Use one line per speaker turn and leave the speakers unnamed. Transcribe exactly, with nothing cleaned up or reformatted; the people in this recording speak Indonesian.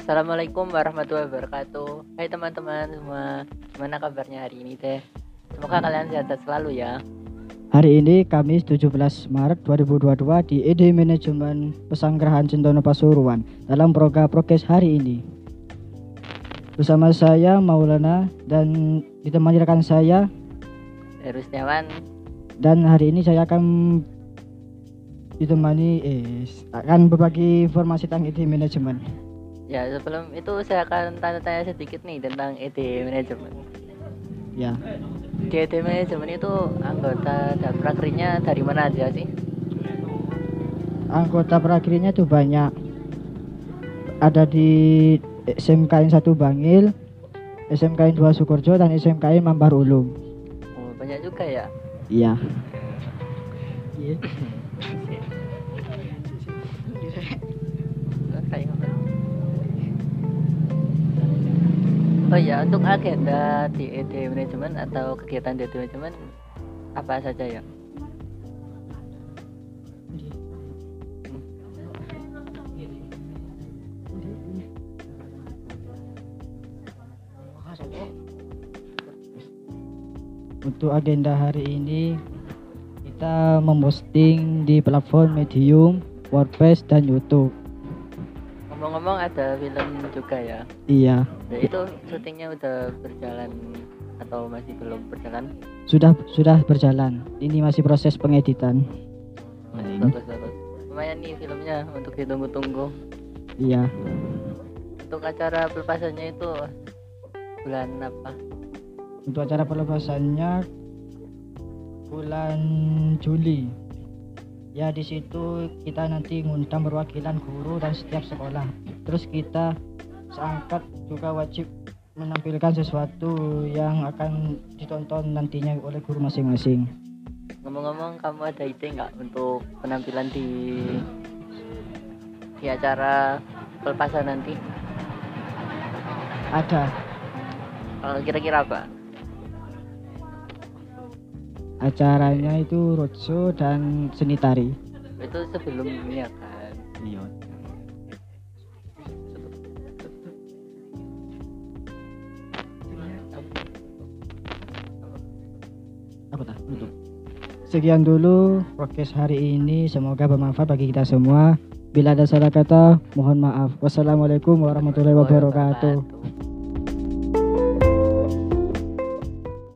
Assalamualaikum warahmatullahi wabarakatuh. Hai teman-teman semua, gimana kabarnya hari ini teh? Semoga kalian sehat selalu ya.
Hari ini Kamis tujuh belas Maret dua ribu dua puluh dua di E D Manajemen Pesanggrahan Centono Pasuruan dalam program prokes hari ini. Bersama saya Maulana dan ditemani rekan saya
Heru Setiawan.
Dan hari ini saya akan ditemani eh akan berbagi informasi tentang E D Manajemen.
Ya, sebelum itu saya akan tanya-tanya sedikit nih tentang E D Manajemen.
Ya.
Di E D Manajemen itu anggota dan prakerja dari mana aja sih?
Anggota prakerja itu banyak. Ada di S M K N satu Bangil, S M K N dua Sukorejo dan S M K N Mambar Ulum.
Oh, banyak juga ya?
Iya.
Oh ya, untuk agenda di E D Manajemen atau kegiatan di E D Manajemen apa saja ya?
Untuk agenda hari ini kita memposting di platform Medium, WordPress dan YouTube.
Ngomong-ngomong ada film juga ya?
Iya.
Nah, itu syutingnya udah berjalan atau masih belum berjalan?
Sudah sudah berjalan. Ini masih proses pengeditan.
Hmm, bagus bagus. Lumayan nih filmnya untuk ditunggu-tunggu.
Iya.
Untuk acara pelepasannya itu bulan apa?
Untuk acara pelepasannya bulan Juli. Ya, di situ kita nanti ngundang perwakilan guru dan setiap sekolah. Terus kita seangkat juga wajib menampilkan sesuatu yang akan ditonton nantinya oleh guru masing-masing.
Ngomong-ngomong, kamu ada ide nggak untuk penampilan di di acara pelepasan nanti?
Ada.
Uh, kira-kira apa?
Acaranya itu roadshow dan seni tari.
Itu sebelumnya kan?
Iya. Apa tak? Tutup. Sekian dulu podcast hari ini, semoga bermanfaat bagi kita semua. Bila ada salah kata, mohon maaf. Wassalamualaikum warahmatullahi wabarakatuh.